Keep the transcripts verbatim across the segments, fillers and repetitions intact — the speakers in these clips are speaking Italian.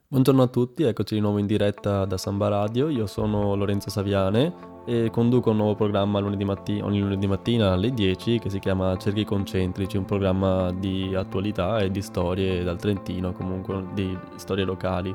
Buongiorno a tutti, eccoci di nuovo in diretta da Samba Radio. Io sono Lorenzo Saviane e conduco un nuovo programma lunedì matti- ogni lunedì mattina alle dieci che si chiama Cerchi Concentrici, un programma di attualità e di storie dal Trentino, comunque di storie locali.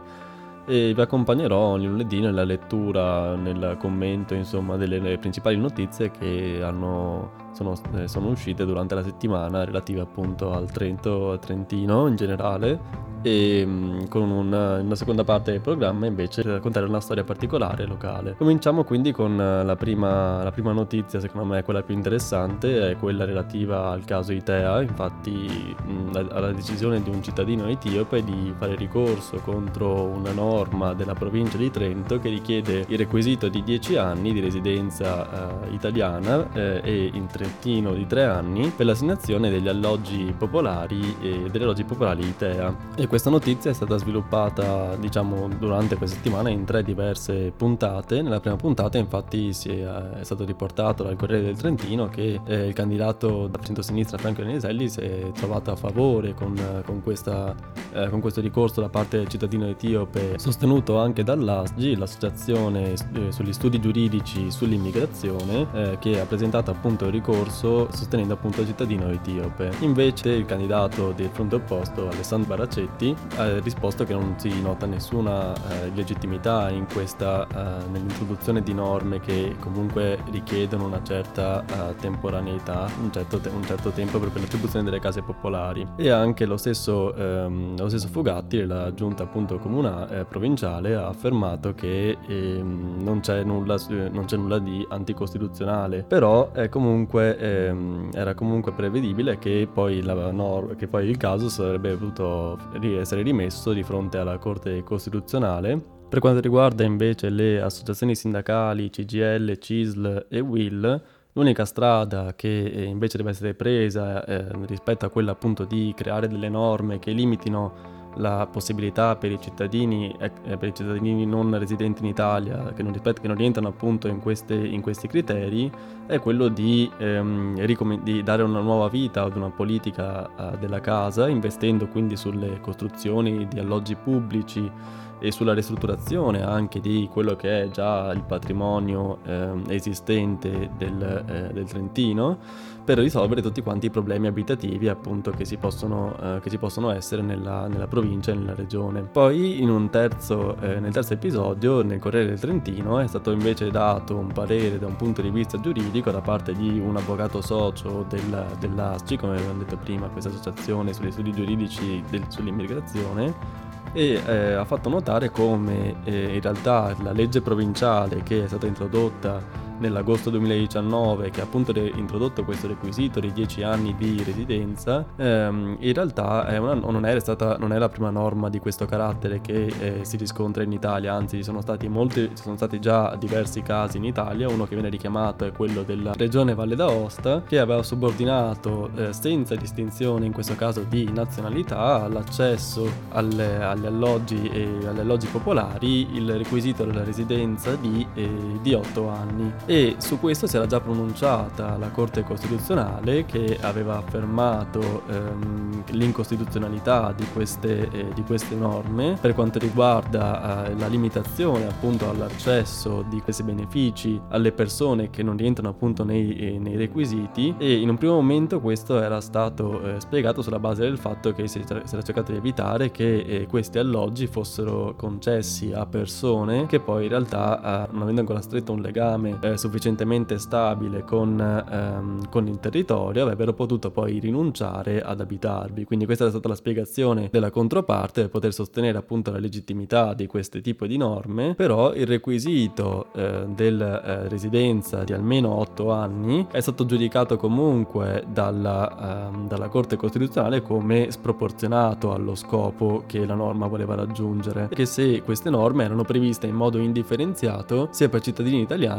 E vi accompagnerò ogni lunedì nella lettura, nel commento, insomma, delle delle principali notizie che hanno, sono, eh, sono uscite durante la settimana relative appunto al Trento, al Trentino in generale. E mh, con una, in una seconda parte del programma invece raccontare una storia particolare locale. Cominciamo quindi con eh, la prima, la prima notizia, secondo me quella più interessante, è quella relativa al caso Itea. Infatti mh, la- alla decisione di un cittadino etiope di fare ricorso contro una norma della provincia di Trento che richiede il requisito di dieci anni di residenza eh, italiana eh, e in Trentino di tre anni per l'assegnazione degli alloggi popolari e degli alloggi popolari Itea. E questa notizia è stata sviluppata, diciamo, durante questa settimana in tre diverse puntate. Nella prima puntata infatti si è, è stato riportato dal Corriere del Trentino che eh, il candidato da centrosinistra Franco Raniselli si è trovato a favore con, con, questa, eh, con questo ricorso da parte del cittadino etiope, sostenuto anche dall'A S G I, l'associazione eh, sugli studi giuridici sull'immigrazione, eh, che ha presentato appunto il ricorso sostenendo appunto il cittadino etiope. Invece il candidato del fronte opposto, Alessandro Baracetti, ha risposto che non si nota nessuna eh, legittimità in questa eh, nell'introduzione di norme che comunque richiedono una certa eh, temporaneità, un certo, te- un certo tempo per l'attribuzione delle case popolari. E anche lo stesso, ehm, lo stesso Fugatti, della giunta appunto comunale eh, provinciale, ha affermato che ehm, non, c'è nulla, non c'è nulla di anticostituzionale, però è comunque, ehm, era comunque prevedibile che poi, la nor- che poi il caso sarebbe potuto essere rimesso di fronte alla Corte Costituzionale. Per quanto riguarda invece le associazioni sindacali C G I L, C I S L e U I L, l'unica strada che invece deve essere presa eh, rispetto a quella appunto di creare delle norme che limitino la possibilità per i cittadini, eh, per i cittadini non residenti in Italia, che non, rispet- che non rientrano appunto in, queste, in questi criteri, è quello di, ehm, ricom- di dare una nuova vita ad una politica eh, della casa, investendo quindi sulle costruzioni di alloggi pubblici e sulla ristrutturazione anche di quello che è già il patrimonio ehm, esistente del, eh, del Trentino, per risolvere tutti quanti i problemi abitativi appunto che si possono, eh, che ci possono essere nella, nella provincia e nella regione. Poi in un terzo, eh, nel terzo episodio, nel Corriere del Trentino, è stato invece dato un parere da un punto di vista giuridico da parte di un avvocato socio del, dell'A S C I, come abbiamo detto prima, questa associazione sugli studi giuridici del, sull'immigrazione, e eh, ha fatto notare come eh, in realtà la legge provinciale che è stata introdotta nell'agosto duemiladiciannove, che ha appunto re- introdotto questo requisito di dieci anni di residenza, ehm, in realtà è una, non, è stata, non è la prima norma di questo carattere che eh, si riscontra in Italia, anzi ci sono stati molti, ci sono stati già diversi casi in Italia. Uno che viene richiamato è quello della regione Valle d'Aosta, che aveva subordinato eh, senza distinzione in questo caso di nazionalità all'accesso alle, agli alloggi e agli alloggi popolari il requisito della residenza di, eh, di otto anni. E su questo si era già pronunciata la Corte Costituzionale, che aveva affermato ehm, l'incostituzionalità di queste, eh, di queste norme per quanto riguarda eh, la limitazione appunto all'accesso di questi benefici alle persone che non rientrano appunto nei, eh, nei requisiti. E in un primo momento questo era stato eh, spiegato sulla base del fatto che si, si era cercato di evitare che eh, questi alloggi fossero concessi a persone che poi in realtà, eh, non avendo ancora stretto un legame eh, sufficientemente stabile con, ehm, con il territorio, avrebbero potuto poi rinunciare ad abitarvi. Quindi questa era stata la spiegazione della controparte per poter sostenere appunto la legittimità di questo tipo di norme. Però il requisito eh, della eh, residenza di almeno otto anni è stato giudicato comunque dalla, ehm, dalla Corte Costituzionale come sproporzionato allo scopo che la norma voleva raggiungere, che se queste norme erano previste in modo indifferenziato sia per cittadini italiani sia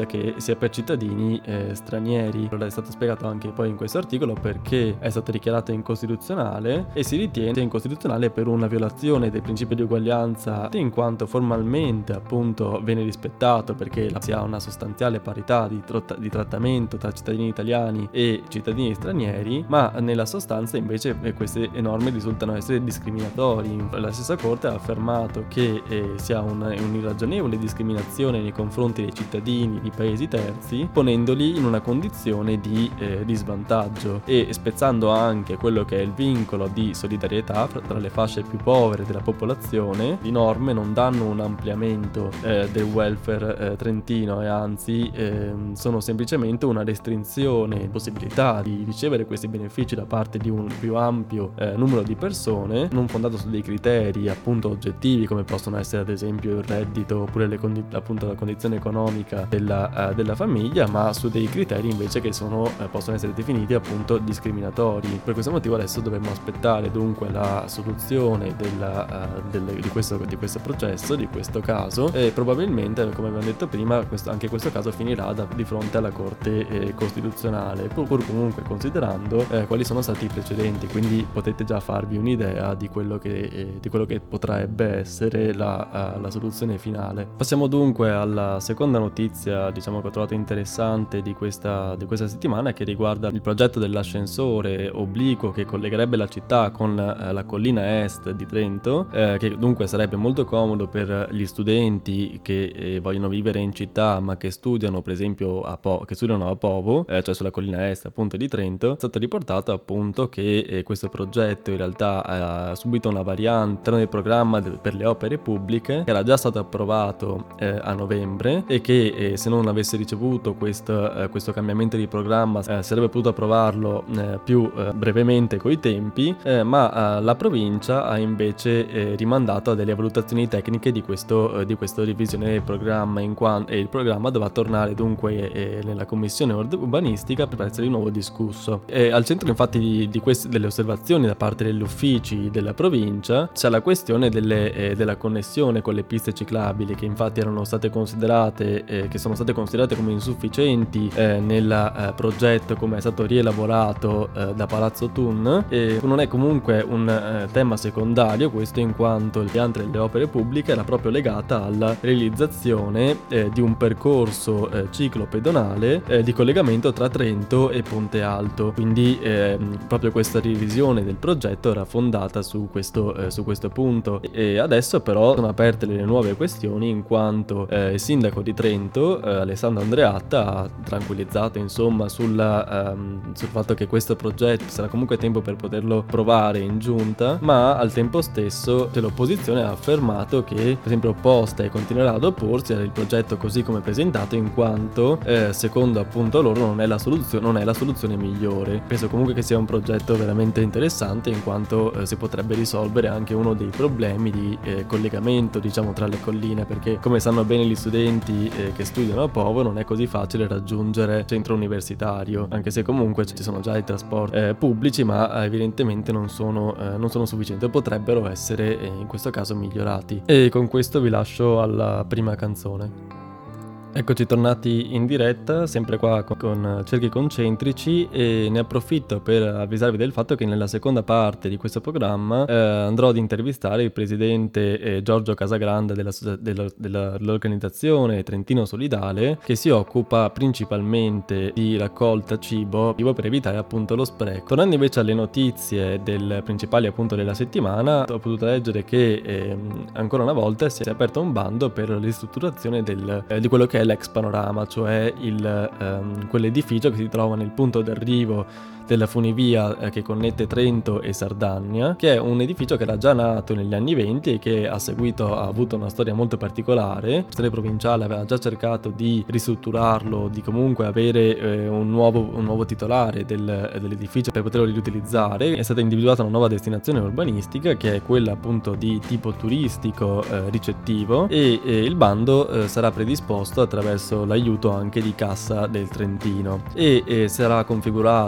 che sia per cittadini eh, stranieri. È stato spiegato anche poi in questo articolo perché è stato dichiarato incostituzionale, e si ritiene incostituzionale per una violazione del principio di uguaglianza, in quanto formalmente appunto viene rispettato perché si ha una sostanziale parità di, trot- di trattamento tra cittadini italiani e cittadini stranieri, ma nella sostanza invece eh, queste norme risultano essere discriminatori. La stessa Corte ha affermato che eh, si ha una, un'irragionevole discriminazione nei confronti dei cittadini di paesi terzi, ponendoli in una condizione di, eh, di svantaggio e spezzando anche quello che è il vincolo di solidarietà tra le fasce più povere della popolazione. Le norme non danno un ampliamento eh, del welfare eh, trentino, e anzi eh, sono semplicemente una restrizione, possibilità di ricevere questi benefici da parte di un più ampio eh, numero di persone, non fondato su dei criteri appunto oggettivi come possono essere ad esempio il reddito oppure le condi- appunto la condizione economica della, uh, della famiglia, ma su dei criteri invece che sono, uh, possono essere definiti appunto discriminatori. Per questo motivo adesso dovremmo aspettare dunque la soluzione della, uh, del, di, questo, di questo processo, di questo caso, e probabilmente, come abbiamo detto prima, questo, anche questo caso finirà da, di fronte alla Corte eh, Costituzionale, pur, pur comunque considerando eh, quali sono stati i precedenti, quindi potete già farvi un'idea di quello che, eh, di quello che potrebbe essere la, uh, la soluzione finale. Passiamo dunque alla seconda notizia, diciamo, che ho trovato interessante di questa, di questa settimana, che riguarda il progetto dell'ascensore obliquo che collegherebbe la città con uh, la collina est di Trento, eh, che dunque sarebbe molto comodo per gli studenti che eh, vogliono vivere in città ma che studiano per esempio a, po- che studiano a Povo, eh, cioè sulla collina est appunto di Trento. È stato riportato appunto che eh, questo progetto in realtà ha subito una variante nel programma de- per le opere pubbliche, che era già stato approvato eh, a novembre, e che eh, se non avesse ricevuto questo, eh, questo cambiamento di programma eh, sarebbe potuto approvarlo eh, più eh, brevemente coi tempi, eh, ma eh, la provincia ha invece eh, rimandato a delle valutazioni tecniche di questo, eh, di questa revisione del programma, in quanto il programma doveva tornare dunque eh, nella commissione urbanistica per essere di nuovo discusso. E al centro infatti di, di queste, delle osservazioni da parte degli uffici della provincia c'è la questione delle, eh, della connessione con le piste ciclabili, che infatti erano state considerate eh, che sono state considerate come insufficienti eh, nel eh, progetto come è stato rielaborato eh, da Palazzo Thun. E non è comunque un eh, tema secondario questo, in quanto il piano delle opere pubbliche era proprio legata alla realizzazione eh, di un percorso eh, ciclo-pedonale eh, di collegamento tra Trento e Ponte Alto, quindi eh, proprio questa revisione del progetto era fondata su questo, eh, su questo punto. E adesso però sono aperte le nuove questioni, in quanto eh, il sindaco di Trento eh, Alessandro Andreatta ha tranquillizzato insomma sulla, ehm, sul fatto che questo progetto sarà comunque tempo per poterlo provare in giunta, ma al tempo stesso l'opposizione ha affermato che per esempio opposta e continuerà ad opporsi al progetto così come presentato, in quanto eh, secondo appunto loro non è la soluzione non è la soluzione migliore. Penso comunque che sia un progetto veramente interessante, in quanto eh, si potrebbe risolvere anche uno dei problemi di eh, collegamento diciamo tra le colline, perché come sanno bene gli studenti eh, che studiano a Povo non è così facile raggiungere il centro universitario, anche se comunque ci sono già i trasporti eh, pubblici, ma eh, evidentemente non sono, eh, non sono sufficienti, o potrebbero essere eh, in questo caso migliorati. E con questo vi lascio alla prima canzone. Eccoci tornati in diretta, sempre qua con, con Cerchi Concentrici, e ne approfitto per avvisarvi del fatto che nella seconda parte di questo programma eh, andrò ad intervistare il presidente eh, Giorgio Casagrande della, della, della, dell'organizzazione Trentino Solidale, che si occupa principalmente di raccolta cibo per evitare appunto lo spreco. Tornando invece alle notizie del principali appunto della settimana, ho potuto leggere che eh, ancora una volta si è aperto un bando per la ristrutturazione del, eh, di quello che è l'ex Panorama, cioè il, um, quell'edificio che si trova nel punto d'arrivo della funivia eh, che connette Trento e Sardegna, che è un edificio che era già nato negli anni venti e che ha seguito ha avuto una storia molto particolare. La storia provinciale aveva già cercato di ristrutturarlo, di comunque avere eh, un, nuovo, un nuovo titolare del, dell'edificio per poterlo riutilizzare. È stata individuata una nuova destinazione urbanistica, che è quella appunto di tipo turistico eh, ricettivo, e eh, il bando eh, sarà predisposto attraverso l'aiuto anche di Cassa del Trentino, e eh, sarà configurato come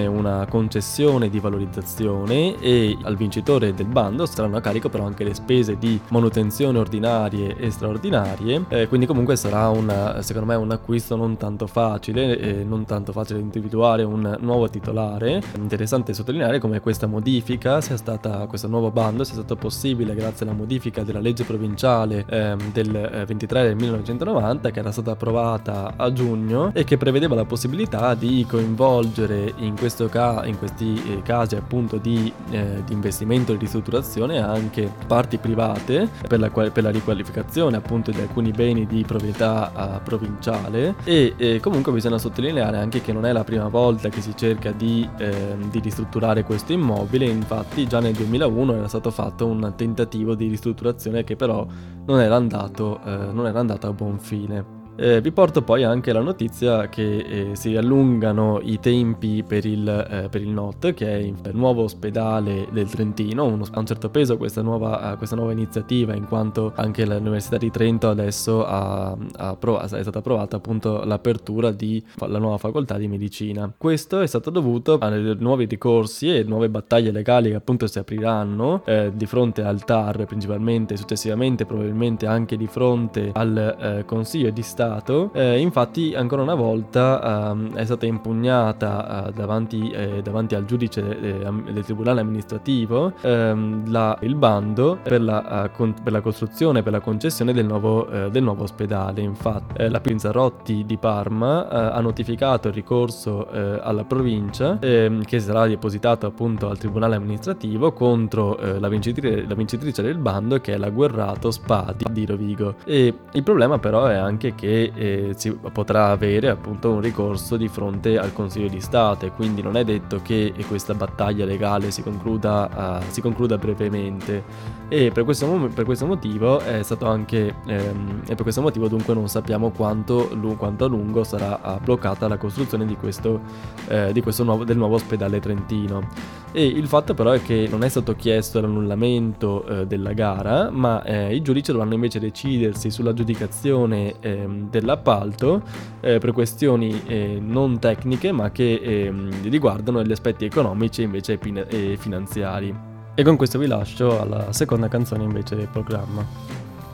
una concessione di valorizzazione e al vincitore del bando saranno a carico però anche le spese di manutenzione ordinarie e straordinarie, eh, quindi comunque sarà una, secondo me un acquisto non tanto facile, eh, non tanto facile individuare un nuovo titolare. Interessante sottolineare come questa modifica sia stata, questo nuovo bando sia stato possibile grazie alla modifica della legge provinciale ehm, del eh, ventitré del millenovecentonovanta, che era stata approvata a giugno e che prevedeva la possibilità di coinvolgere in, questo ca- in questi eh, casi appunto di, eh, di investimento e ristrutturazione anche parti private per la, per la riqualificazione appunto di alcuni beni di proprietà uh, provinciale e eh, comunque bisogna sottolineare anche che non è la prima volta che si cerca di, eh, di ristrutturare questo immobile. Infatti già nel duemilauno era stato fatto un tentativo di ristrutturazione che però non era andato, eh, non era andato a buon fine. Eh, vi porto poi anche la notizia che eh, si allungano i tempi per il, eh, per il N O T, che è il nuovo ospedale del Trentino. Uno, ha un certo peso questa nuova, uh, questa nuova iniziativa, in quanto anche l'Università di Trento adesso ha, ha prov- è stata approvata appunto l'apertura della nuova facoltà di medicina. Questo è stato dovuto a nuovi ricorsi e nuove battaglie legali che appunto si apriranno eh, di fronte al T A R principalmente, successivamente probabilmente anche di fronte al eh, Consiglio di Stato. Eh, infatti ancora una volta um, è stata impugnata uh, davanti, eh, davanti al giudice eh, del tribunale amministrativo ehm, la, il bando per la, uh, con, per la costruzione, per la concessione del nuovo, eh, del nuovo ospedale. Infatti eh, la Pinzarrotti di Parma eh, ha notificato il ricorso eh, alla provincia eh, che sarà depositato appunto al tribunale amministrativo contro eh, la, vincitrice, la vincitrice del bando, che è la Guerrato S P A di, di Rovigo. E il problema però è anche che Eh, si potrà avere appunto un ricorso di fronte al Consiglio di Stato e quindi non è detto che questa battaglia legale si concluda, uh, si concluda brevemente e per questo, per questo motivo è stato anche ehm, e per questo motivo dunque non sappiamo quanto, quanto a lungo sarà uh, bloccata la costruzione di questo, eh, di questo nuovo, del nuovo ospedale trentino. E il fatto però è che non è stato chiesto l'annullamento eh, della gara, ma eh, i giudici dovranno invece decidersi sull'aggiudicazione eh, dell'appalto eh, per questioni eh, non tecniche ma che eh, riguardano gli aspetti economici e invece pin- e finanziari. E con questo vi lascio alla seconda canzone invece del programma.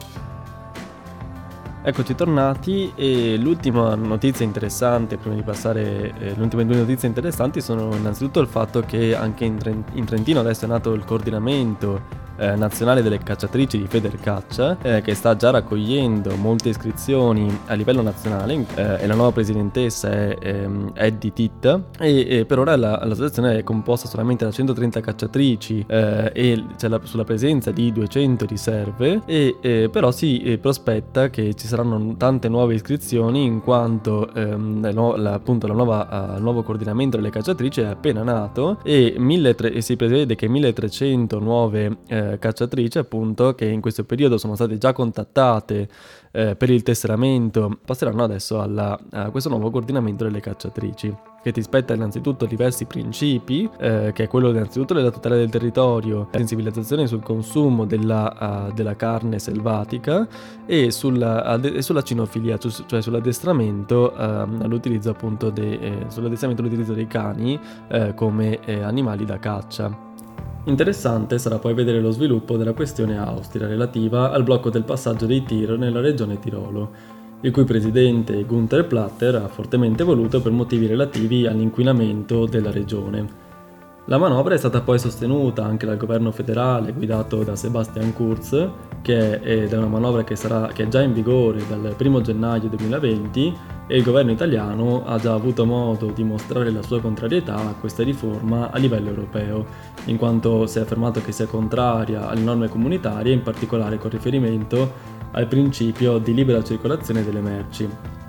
Eccoci tornati e l'ultima notizia interessante, prima di passare, eh, le ultime due notizie interessanti sono innanzitutto il fatto che anche in, Trent- in Trentino adesso è nato il coordinamento eh, nazionale delle cacciatrici di Federcaccia, eh, che sta già raccogliendo molte iscrizioni a livello nazionale eh, e la nuova presidentessa è ehm, Eddie Titta e, e per ora la, l'associazione è composta solamente da centotrenta cacciatrici eh, e c'è la, sulla presenza di duecento riserve e eh, però si eh, prospetta che ci saranno tante nuove iscrizioni in quanto ehm, la, la, appunto la nuova, uh, il nuovo coordinamento delle cacciatrici è appena nato e, e si prevede che milletrecento nuove eh, cacciatrici appunto che in questo periodo sono state già contattate eh, per il tesseramento passeranno adesso alla, a questo nuovo coordinamento delle cacciatrici, che ti rispetta innanzitutto diversi principi, eh, che è quello innanzitutto della tutela del territorio, la sensibilizzazione sul consumo della, uh, della carne selvatica e sulla, uh, e sulla cinofilia, cioè sull'addestramento uh, all'utilizzo appunto de, eh, sull'addestramento all'utilizzo dei cani eh, come eh, animali da caccia. Interessante sarà poi vedere lo sviluppo della questione Austria relativa al blocco del passaggio dei tir nella regione Tirolo, il cui presidente Günther Platter ha fortemente voluto per motivi relativi all'inquinamento della regione. La manovra è stata poi sostenuta anche dal governo federale guidato da Sebastian Kurz, che è, è una manovra che, sarà, che è già in vigore dal primo gennaio duemilaventi e il governo italiano ha già avuto modo di mostrare la sua contrarietà a questa riforma a livello europeo, in quanto si è affermato che sia contraria alle norme comunitarie, in particolare con riferimento al principio di libera circolazione delle merci.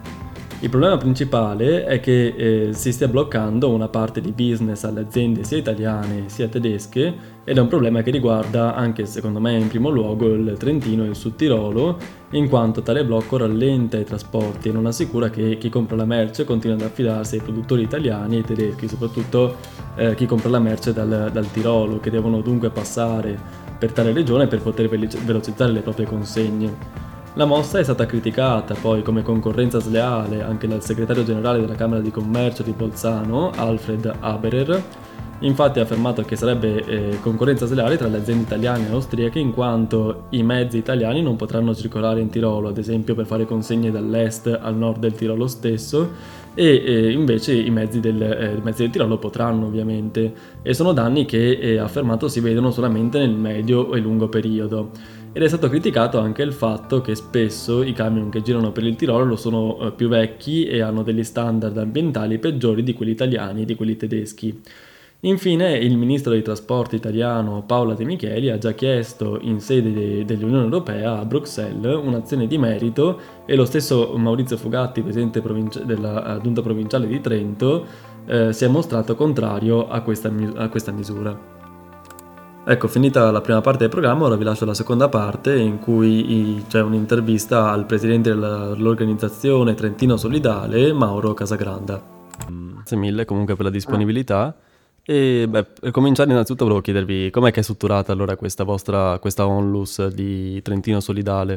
Il problema principale è che eh, si stia bloccando una parte di business alle aziende sia italiane sia tedesche ed è un problema che riguarda anche, secondo me, in primo luogo il Trentino e il Sud Tirolo, in quanto tale blocco rallenta i trasporti e non assicura che chi compra la merce continua ad affidarsi ai produttori italiani e tedeschi, soprattutto eh, chi compra la merce dal, dal Tirolo, che devono dunque passare per tale regione per poter velocizzare le proprie consegne. La mossa è stata criticata poi come concorrenza sleale anche dal segretario generale della Camera di Commercio di Bolzano, Alfred Haberer. Infatti ha affermato che sarebbe eh, concorrenza sleale tra le aziende italiane e austriache in quanto i mezzi italiani non potranno circolare in Tirolo, ad esempio per fare consegne dall'est al nord del Tirolo stesso, e eh, invece i mezzi del, eh, i mezzi del Tirolo potranno ovviamente, e sono danni che eh, ha affermato si vedono solamente nel medio e lungo periodo. Ed è stato criticato anche il fatto che spesso i camion che girano per il Tirolo sono eh, più vecchi e hanno degli standard ambientali peggiori di quelli italiani e di quelli tedeschi. Infine, il ministro dei trasporti italiano Paola De Micheli ha già chiesto in sede de- dell'Unione Europea a Bruxelles un'azione di merito, e lo stesso Maurizio Fugatti, presidente provinci- della eh, Giunta provinciale di Trento, eh, si è mostrato contrario a questa, mi- a questa misura. Ecco, finita la prima parte del programma, ora vi lascio la seconda parte in cui i- c'è un'intervista al presidente dell'organizzazione Trentino Solidale, Mauro Casagranda. Grazie mille comunque per la Ah, disponibilità. E beh, per cominciare innanzitutto volevo chiedervi com'è che è strutturata allora questa vostra, questa Onlus di Trentino Solidale?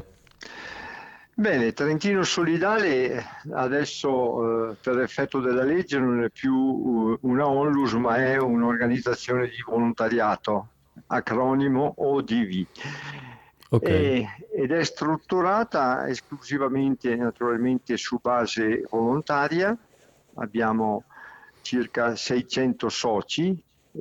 Bene, Trentino Solidale adesso, eh, per effetto della legge, non è più eh, una onlus, ma è un'organizzazione di volontariato, acronimo O D V. Ok, E- ed è strutturata esclusivamente, naturalmente, su base volontaria. Abbiamo circa seicento soci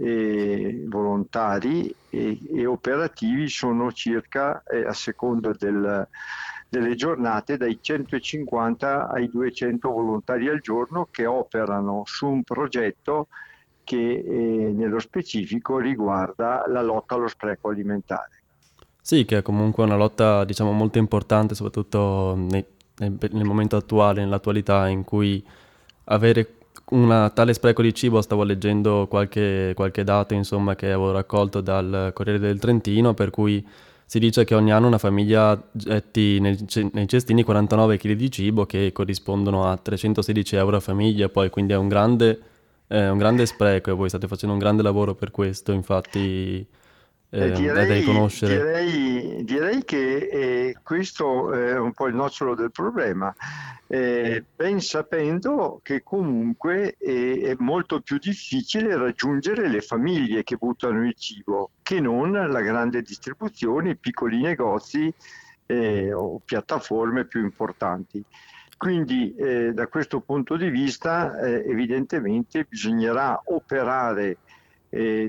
e volontari e, e operativi sono circa, eh, a seconda del- delle giornate, dai centocinquanta ai duecento volontari al giorno che operano su un progetto che eh, nello specifico riguarda la lotta allo spreco alimentare. sì, che è comunque una lotta diciamo molto importante, soprattutto nei- nel, nel momento attuale, nell'attualità in cui avere un tale spreco di cibo, stavo leggendo qualche, qualche dato insomma che avevo raccolto dal Corriere del Trentino, per cui si dice che ogni anno una famiglia getti nei, ce- nei cestini quarantanove chili di cibo che corrispondono a trecentosedici euro a famiglia, poi quindi è un grande, è un grande spreco e voi state facendo un grande lavoro per questo, infatti Eh, ehm, è da direi, riconoscere. direi- direi che eh, questo è un po' il nocciolo del problema, eh, ben sapendo che comunque eh, è molto più difficile raggiungere le famiglie che buttano il cibo che non la grande distribuzione, i piccoli negozi eh, o piattaforme più importanti. Quindi eh, da questo punto di vista eh, evidentemente bisognerà operare eh,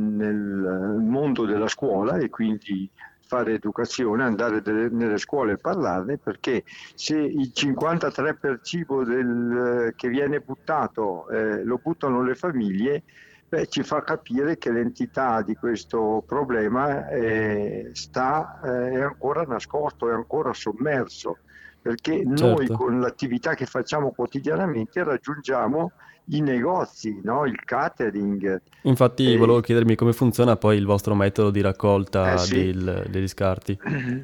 nel mondo della scuola e quindi fare educazione, andare delle- nelle scuole e parlarne, perché se il cinquantatré per cento del, che viene buttato eh, lo buttano le famiglie, beh, ci fa capire che l'entità di questo problema eh, sta, eh, è ancora nascosto, è ancora sommerso, perché noi Certo. con l'attività che facciamo quotidianamente raggiungiamo i negozi, no? Il catering. Infatti volevo E, chiedermi come funziona poi il vostro metodo di eh raccolta sì. del- degli scarti.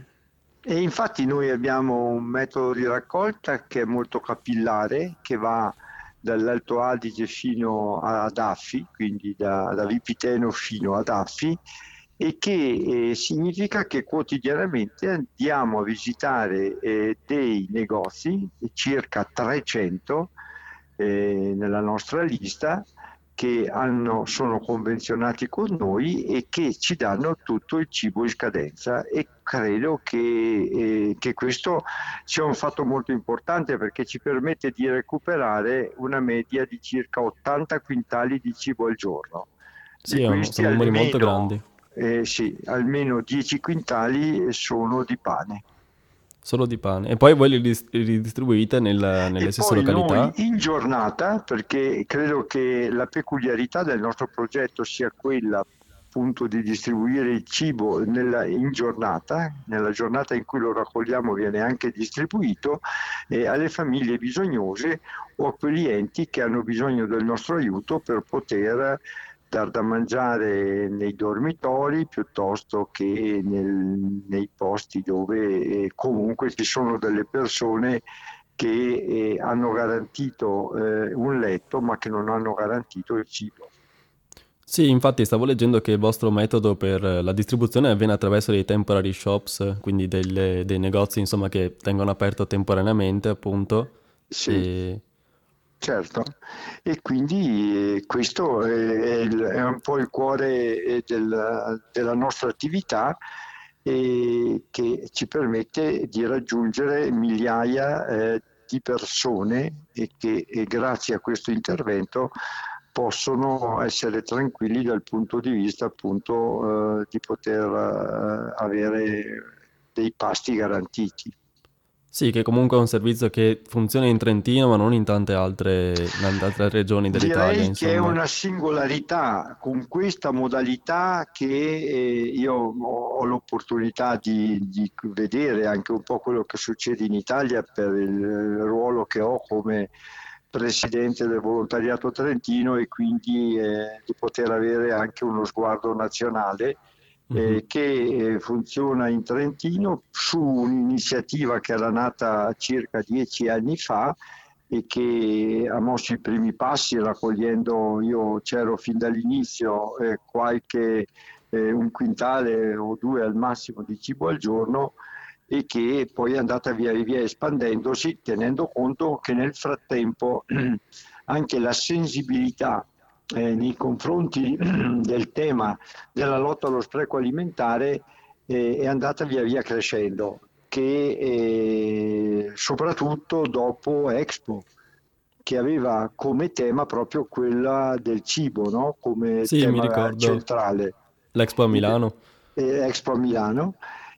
E infatti noi abbiamo un metodo di raccolta che è molto capillare, che va dall'Alto Adige fino ad Affi, quindi da, da Vipiteno fino ad Affi, e che eh, significa che quotidianamente andiamo a visitare eh, dei negozi, circa trecento eh, nella nostra lista, che hanno, sono convenzionati con noi e che ci danno tutto il cibo in scadenza, e credo che, eh, che questo sia un fatto molto importante perché ci permette di recuperare una media di circa ottanta quintali di cibo al giorno. Sì, Di è un- questi sono numeri molto grandi. almeno, eh, sì, almeno dieci quintali sono di pane. Solo di pane. E poi voi li dis- li ridistribuite nel- E nelle stesse poi noi località? in giornata, perché credo che la peculiarità del nostro progetto sia quella appunto di distribuire il cibo nella- in giornata, nella giornata in cui lo raccogliamo viene anche distribuito eh, alle famiglie bisognose o a quegli enti che hanno bisogno del nostro aiuto per poter dar da mangiare nei dormitori piuttosto che nel- nei posti dove eh, comunque ci sono delle persone che eh, hanno garantito eh, un letto ma che non hanno garantito il cibo. Sì, infatti stavo leggendo che il vostro metodo per la distribuzione avviene attraverso dei temporary shops, quindi delle- dei negozi insomma che tengono aperto temporaneamente, appunto. Sì, E... certo. E quindi eh, questo è, è il- è un po' il cuore eh, del- della nostra attività e che ci permette di raggiungere migliaia eh, di persone e che e grazie a questo intervento possono essere tranquilli dal punto di vista appunto eh, di poter eh, avere dei pasti garantiti. Sì, che comunque è un servizio che funziona in Trentino, ma non in tante altre, in altre regioni dell'Italia, Direi che è insomma. una singolarità con questa modalità che eh, io ho, ho l'opportunità di, di vedere anche un po' quello che succede in Italia per il ruolo che ho come presidente del volontariato trentino e quindi eh, di poter avere anche uno sguardo nazionale Mhm. eh, che eh, funziona in Trentino su un'iniziativa che era nata circa dieci anni fa e che ha mosso i primi passi raccogliendo, io c'ero fin dall'inizio, eh, qualche eh, un quintale o due al massimo di cibo al giorno e che poi è andata via via espandendosi, tenendo conto che nel frattempo anche la sensibilità eh, nei confronti del tema della lotta allo spreco alimentare eh, è andata via via crescendo, che eh, soprattutto dopo Expo, che aveva come tema proprio quella del cibo, no? Come Sì, mi tema ricordo centrale. l'Expo a E- Milano. e Expo a Milano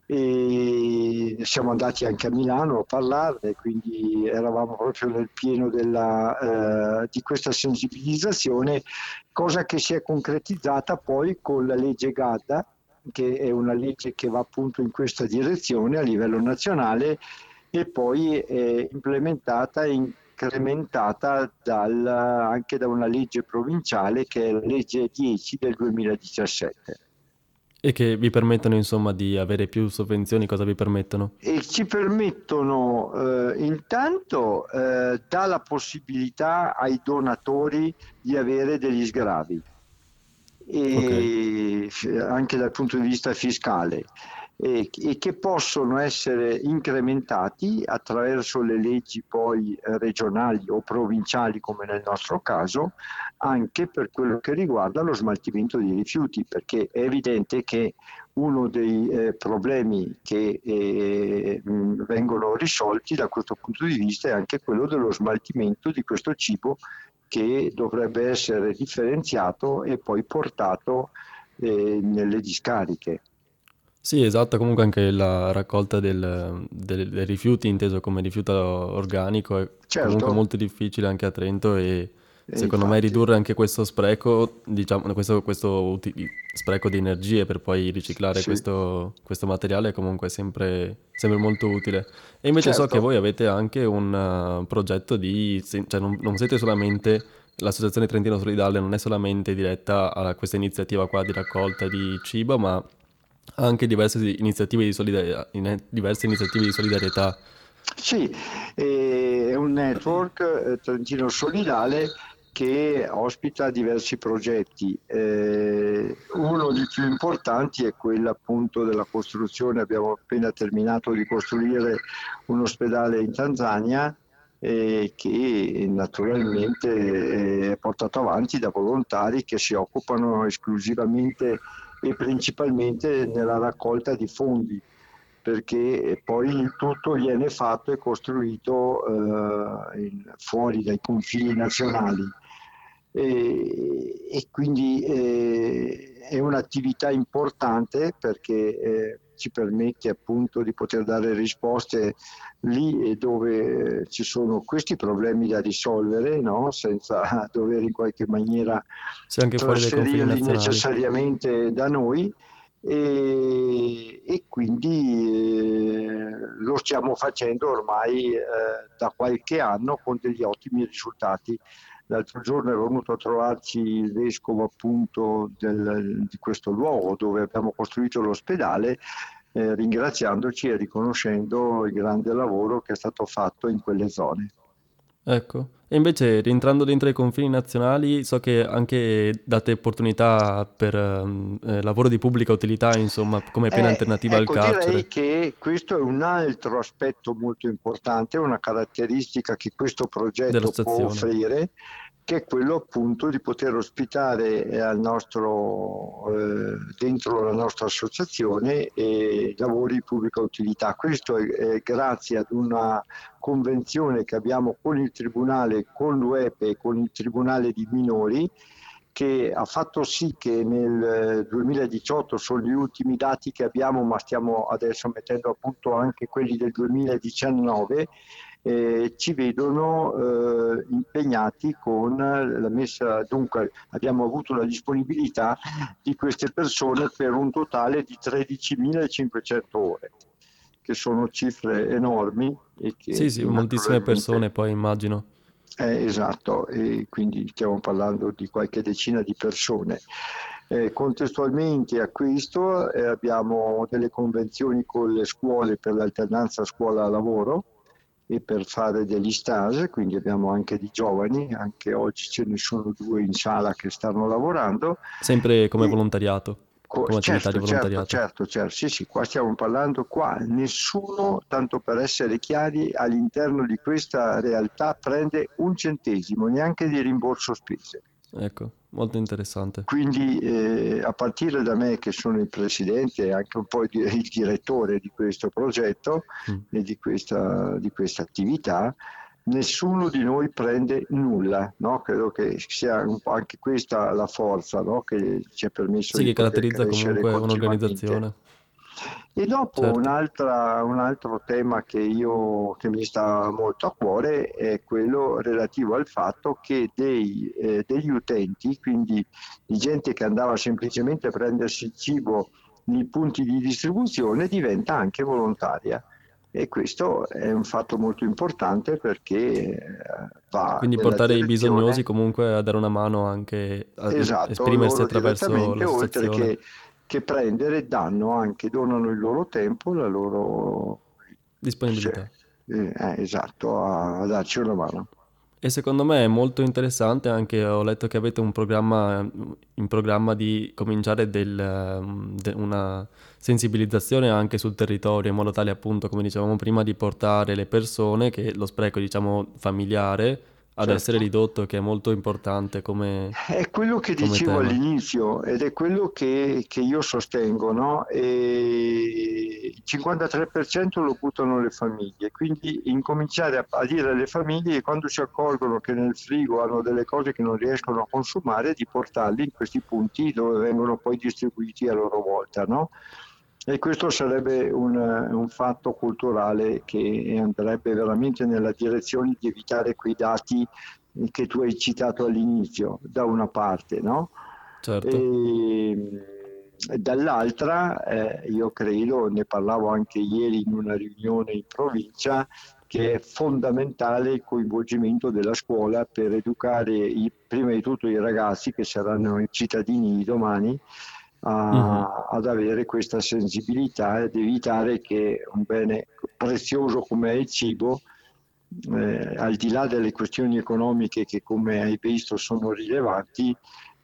e siamo andati anche a Milano a parlarne, quindi eravamo proprio nel pieno della, eh, di questa sensibilizzazione, cosa che si è concretizzata poi con la legge Gadda, che è una legge che va appunto in questa direzione a livello nazionale e poi è implementata e incrementata dal, anche da una legge provinciale che è la legge dieci del duemiladiciassette. E che vi permettono insomma di avere più sovvenzioni, cosa vi permettono? E ci permettono eh, intanto eh, dà la possibilità ai donatori di avere degli sgravi Ok. e anche dal punto di vista fiscale e, e che possono essere incrementati attraverso le leggi poi eh, regionali o provinciali come nel nostro caso anche per quello che riguarda lo smaltimento dei rifiuti, perché è evidente che uno dei eh, problemi che eh, mh, vengono risolti da questo punto di vista è anche quello dello smaltimento di questo cibo che dovrebbe essere differenziato e poi portato eh, nelle discariche. Sì, esatto, comunque anche la raccolta del- del- dei rifiuti, inteso come rifiuto organico, è comunque Certo, molto difficile anche a Trento e e secondo me infatti, ridurre anche questo spreco, diciamo, questo, questo uti- spreco di energie per poi riciclare sì, questo, questo materiale è comunque sempre, sempre molto utile. E invece so che certo. voi avete anche un uh, progetto di, se- cioè non, non siete solamente, l'Associazione Trentino Solidale non è solamente diretta a questa iniziativa qua di raccolta di cibo, ma anche diverse iniziative di solidarietà, in- diverse iniziative di solidarietà. Sì, eh, è un network eh, Trentino Solidale che ospita diversi progetti. Eh, uno dei più importanti è quello appunto della costruzione, abbiamo appena terminato di costruire un ospedale in Tanzania eh, che naturalmente eh, è portato avanti da volontari che si occupano esclusivamente e principalmente nella raccolta di fondi perché poi il tutto viene fatto e costruito eh, in- fuori dai confini nazionali e, e quindi eh, è un'attività importante perché eh, ci permette appunto di poter dare risposte lì dove ci sono questi problemi da risolvere, no? Senza dover in qualche maniera Sì, anche fuori dai confini trasferirli nazionali. necessariamente da noi e, e quindi eh, lo stiamo facendo ormai eh, da qualche anno con degli ottimi risultati. L'altro giorno è venuto a trovarci il vescovo appunto del, di questo luogo dove abbiamo costruito l'ospedale, eh, ringraziandoci e riconoscendo il grande lavoro che è stato fatto in quelle zone. Ecco. E invece, rientrando dentro i confini nazionali, so che anche date opportunità per ehm, eh, lavoro di pubblica utilità, insomma, come pena Eh, alternativa al ecco, direi carcere che questo è un altro aspetto molto importante, una caratteristica che questo progetto può dell'associazione. offrire, che è quello appunto di poter ospitare eh, al nostro, eh, dentro la nostra associazione eh, lavori di pubblica utilità. Questo è, è grazie ad una convenzione che abbiamo con il Tribunale, con l'U E P E e con il Tribunale di Minori, che ha fatto sì che nel duemiladiciotto, sono gli ultimi dati che abbiamo, ma stiamo adesso mettendo a punto anche quelli del duemiladiciannove, eh, ci vedono eh, impegnati con la messa, dunque abbiamo avuto la disponibilità di queste persone per un totale di tredicimilacinquecento ore, che sono cifre enormi e che Sì, sì, moltissime naturalmente... persone poi immagino. Eh, esatto, e quindi stiamo parlando di qualche decina di persone. Eh, contestualmente a questo eh, abbiamo delle convenzioni con le scuole per l'alternanza scuola-lavoro e per fare degli stage, quindi abbiamo anche di giovani, anche oggi ce ne sono due in sala che stanno lavorando. Sempre come E, volontariato, Co- come attività di Certo, certo, volontariato. certo, certo, sì, sì, qua stiamo parlando, qua nessuno, tanto per essere chiari, all'interno di questa realtà prende un centesimo, neanche di rimborso spese. Ecco, molto interessante. Quindi eh, a partire da me che sono il presidente e anche un po' il, il direttore di questo progetto Mm. e di questa, di questa attività, nessuno di noi prende nulla, no? Credo che sia un po' anche questa la forza, no? Che ci ha permesso Sì, di che poter caratterizza crescere comunque continuamente. un'organizzazione, E dopo certo. un'altra, un altro tema che, io, che mi sta molto a cuore è quello relativo al fatto che dei, eh, degli utenti, quindi di gente che andava semplicemente a prendersi il cibo nei punti di distribuzione, diventa anche volontaria. E questo è un fatto molto importante perché eh, va Quindi nella portare i bisognosi direzione... comunque a dare una mano anche a Esatto, esprimersi loro attraverso direttamente, oltre l'associazione. che, che prendere, danno anche, donano il loro tempo, la loro... cioè, Disponibilità. eh, eh, esatto, a, a darci una mano. E secondo me è molto interessante anche, ho letto che avete un programma in programma di cominciare del, ehm, de- una sensibilizzazione anche sul territorio, in modo tale appunto, come dicevamo prima, di portare le persone, che lo spreco diciamo familiare, ad essere Certo. ridotto, che è molto importante come, È quello che come dicevo tema. all'inizio ed è quello che, che io sostengo, no? E il cinquantatré per cento lo buttano le famiglie, quindi incominciare a, a dire alle famiglie che quando si accorgono che nel frigo hanno delle cose che non riescono a consumare, di portarli in questi punti dove vengono poi distribuiti a loro volta, no? E questo sarebbe un, un fatto culturale che andrebbe veramente nella direzione di evitare quei dati che tu hai citato all'inizio, da una parte, no? Certo, E dall'altra, eh, io credo, ne parlavo anche ieri in una riunione in provincia, che è fondamentale il coinvolgimento della scuola per educare i, prima di tutto i ragazzi, che saranno i cittadini di domani, mhm, a, ad avere questa sensibilità ed evitare che un bene prezioso come è il cibo, eh, al di là delle questioni economiche che come hai visto sono rilevanti,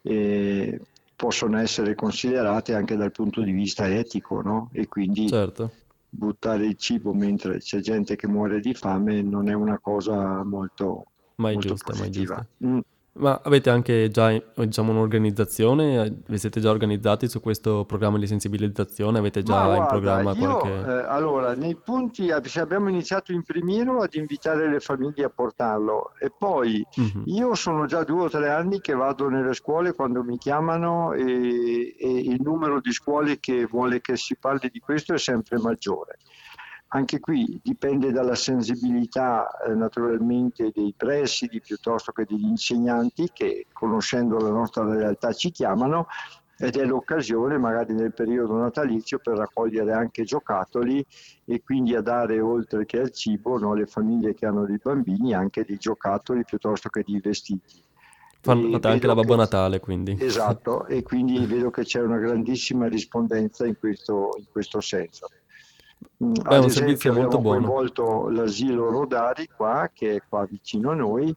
eh, possono essere considerate anche dal punto di vista etico, no? E quindi certo. buttare il cibo mentre c'è gente che muore di fame non è una cosa molto, Mai molto giusta, mai positiva. giusta. Mm. Ma avete anche già, eh, diciamo, un'organizzazione? Eh, Vi siete già organizzati su questo programma di sensibilizzazione? Avete Ma già in guarda, programma io qualche... eh, allora nei punti ab- abbiamo iniziato in primiero ad invitare le famiglie a portarlo e poi Mhm. io sono già due o tre anni che vado nelle scuole quando mi chiamano e, e il numero di scuole che vuole che si parli di questo è sempre maggiore. Anche qui dipende dalla sensibilità eh, naturalmente dei presidi piuttosto che degli insegnanti che conoscendo la nostra realtà ci chiamano ed è l'occasione magari nel periodo natalizio per raccogliere anche giocattoli e quindi a dare oltre che al cibo, no, alle famiglie che hanno dei bambini anche dei giocattoli piuttosto che dei vestiti. Fan- E Fate anche la vedo Babbo che Natale, quindi. esatto, e quindi vedo che c'è una grandissima rispondenza in questo, in questo senso. Mm, Beh, è Ad un esempio servizio molto abbiamo buono. coinvolto l'asilo Rodari qua, che è qua vicino a noi,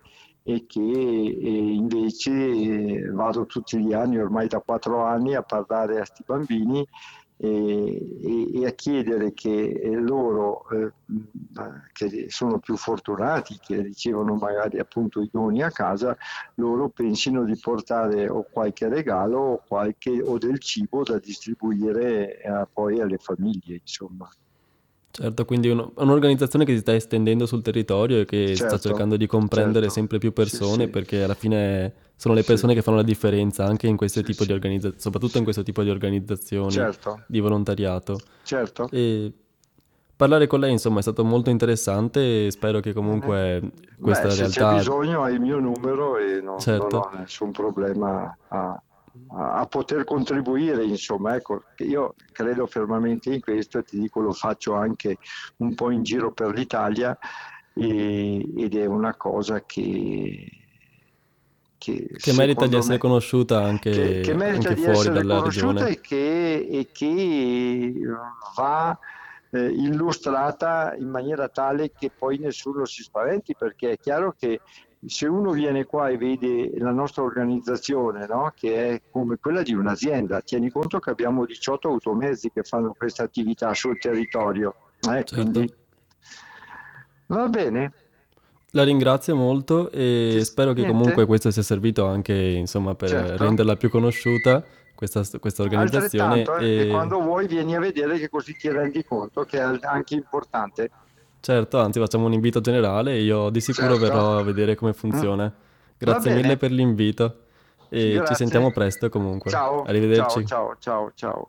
e che e invece eh, vado tutti gli anni, ormai da quattro anni, a parlare a questi bambini e, e- e a chiedere che eh, loro, eh, mh, che sono più fortunati, che ricevono magari appunto i doni a casa, loro pensino di portare o qualche regalo o, qualche, o del cibo da distribuire eh, poi alle famiglie, insomma. Certo, quindi uno- un'organizzazione che si sta estendendo sul territorio e che sta Certo, cercando di comprendere certo, sempre più sì, persone, sì, perché alla fine sono le sì, persone che fanno la differenza anche in questo sì, tipo di sì, organizzazioni, soprattutto in sì, questo tipo di organizzazioni certo, di volontariato. certo. E parlare con lei, insomma, è stato molto interessante e spero che Eh, comunque Beh, questa se c'è realtà, bisogno hai il mio numero e no- non certo, ho nessun problema a, a- a poter contribuire, insomma, ecco, che io credo fermamente in questo e ti dico lo faccio anche un po' in giro per l'Italia e- ed è una cosa che, che che merita di secondo essere me conosciuta che, che anche, merita anche di fuori essere dalla conosciuta regione. e che, e che va eh, illustrata in maniera tale che poi nessuno si spaventi, perché è chiaro che se uno viene qua e vede la nostra organizzazione, no? Che è come quella di un'azienda, tieni conto che abbiamo diciotto automezzi che fanno questa attività sul territorio, eh, Certo. quindi va bene. La ringrazio molto e Ti- spero che Niente, comunque questo sia servito anche, insomma, per certo. renderla più conosciuta, questa, questa organizzazione. Altrettanto, eh, e E quando vuoi vieni a vedere che così ti rendi conto che è anche importante. certo, anzi, facciamo un invito generale e io di sicuro Certo. verrò a vedere come Mm. funziona. Va Grazie mille bene, per l'invito e ci grazie. sentiamo presto comunque. Ciao, ciao, Arrivederci. ciao, ciao, ciao.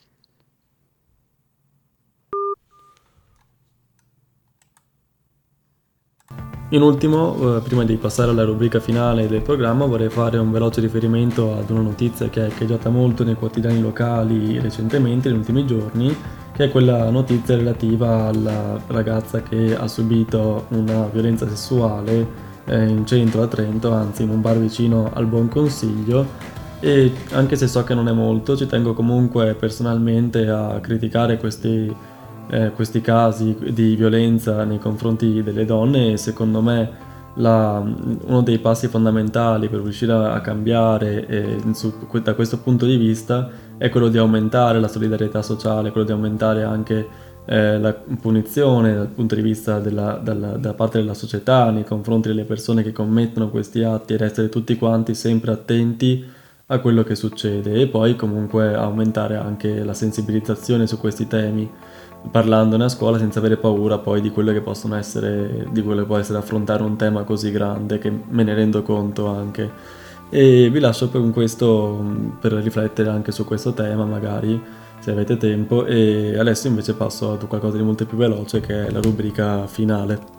In ultimo, eh, prima di passare alla rubrica finale del programma, vorrei fare un veloce riferimento ad una notizia che è echeggiata molto nei quotidiani locali recentemente, negli ultimi giorni, che è quella notizia relativa alla ragazza che ha subito una violenza sessuale eh, in centro a Trento, anzi in un bar vicino al Buon Consiglio. E anche se so che non è molto, ci tengo comunque personalmente a criticare questi eh, questi casi di violenza nei confronti delle donne e secondo me la- uno dei passi fondamentali per riuscire a, a cambiare eh, su- da questo punto di vista è quello di aumentare la solidarietà sociale, quello di aumentare anche eh, la punizione dal punto di vista della, dalla- da parte della società nei confronti delle persone che commettono questi atti ed essere tutti quanti sempre attenti a quello che succede e poi comunque aumentare anche la sensibilizzazione su questi temi parlandone a scuola senza avere paura poi di quello che possono essere, di quello che può essere affrontare un tema così grande, che me ne rendo conto anche. E vi lascio con questo mh, per riflettere anche su questo tema, magari se avete tempo. E adesso invece passo a qualcosa di molto più veloce, che è la rubrica finale.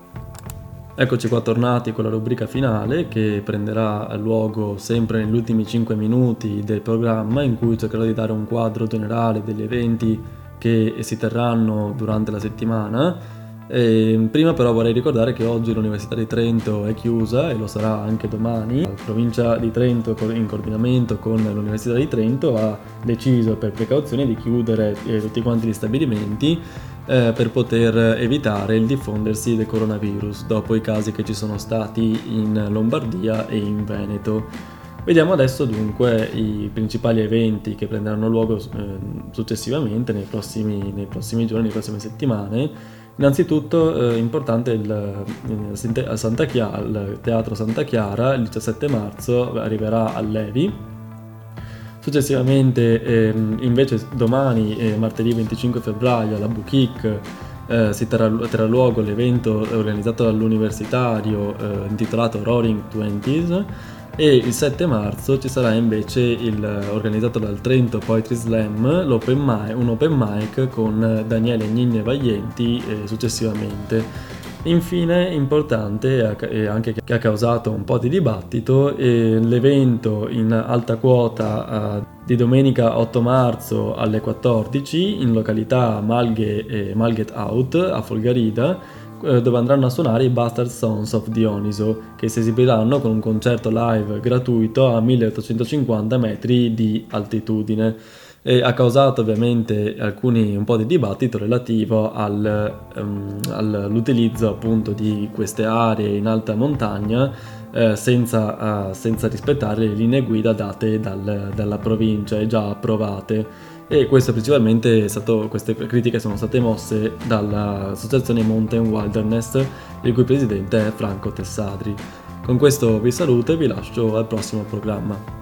Eccoci qua tornati con la rubrica finale che prenderà luogo sempre negli ultimi cinque minuti del programma, in cui cercherò di dare un quadro generale degli eventi che si terranno durante la settimana. E prima però vorrei ricordare che oggi l'Università di Trento è chiusa e lo sarà anche domani. La provincia di Trento, in coordinamento con l'Università di Trento, ha deciso per precauzione di chiudere eh, tutti quanti gli stabilimenti eh, per poter evitare il diffondersi del coronavirus dopo i casi che ci sono stati in Lombardia e in Veneto. Vediamo adesso dunque i principali eventi che prenderanno luogo eh, successivamente nei prossimi, nei prossimi giorni, nelle prossime settimane. Innanzitutto eh, importante il, il, a Santa Chiara, il Teatro Santa Chiara il diciassette marzo arriverà al Levi. Successivamente ehm, invece domani, eh, martedì venticinque febbraio, alla Bouquic eh, si terrà, terrà luogo l'evento organizzato dall'universitario eh, intitolato Roaring Twenties e il sette marzo ci sarà invece il, organizzato dal Trento Poetry Slam l'open mic, un open mic con Daniele Gninne Vaglienti eh, successivamente. Infine, importante e anche che ha causato un po' di dibattito, è l'evento in alta quota uh, di domenica otto marzo alle quattordici in località Malghe e Malghet Out a Folgarida, uh, dove andranno a suonare i Bastard Sons of Dioniso, che si esibiranno con un concerto live gratuito a milleottocentocinquanta metri di altitudine. e ha causato ovviamente alcuni un po' di dibattito relativo al, um, all'utilizzo appunto di queste aree in alta montagna eh, senza, uh, senza rispettare le linee guida date dal, dalla provincia e già approvate. E questo principalmente è stato, queste critiche sono state mosse dall'associazione Mountain Wilderness, il cui presidente è Franco Tessadri. Con questo vi saluto e vi lascio al prossimo programma.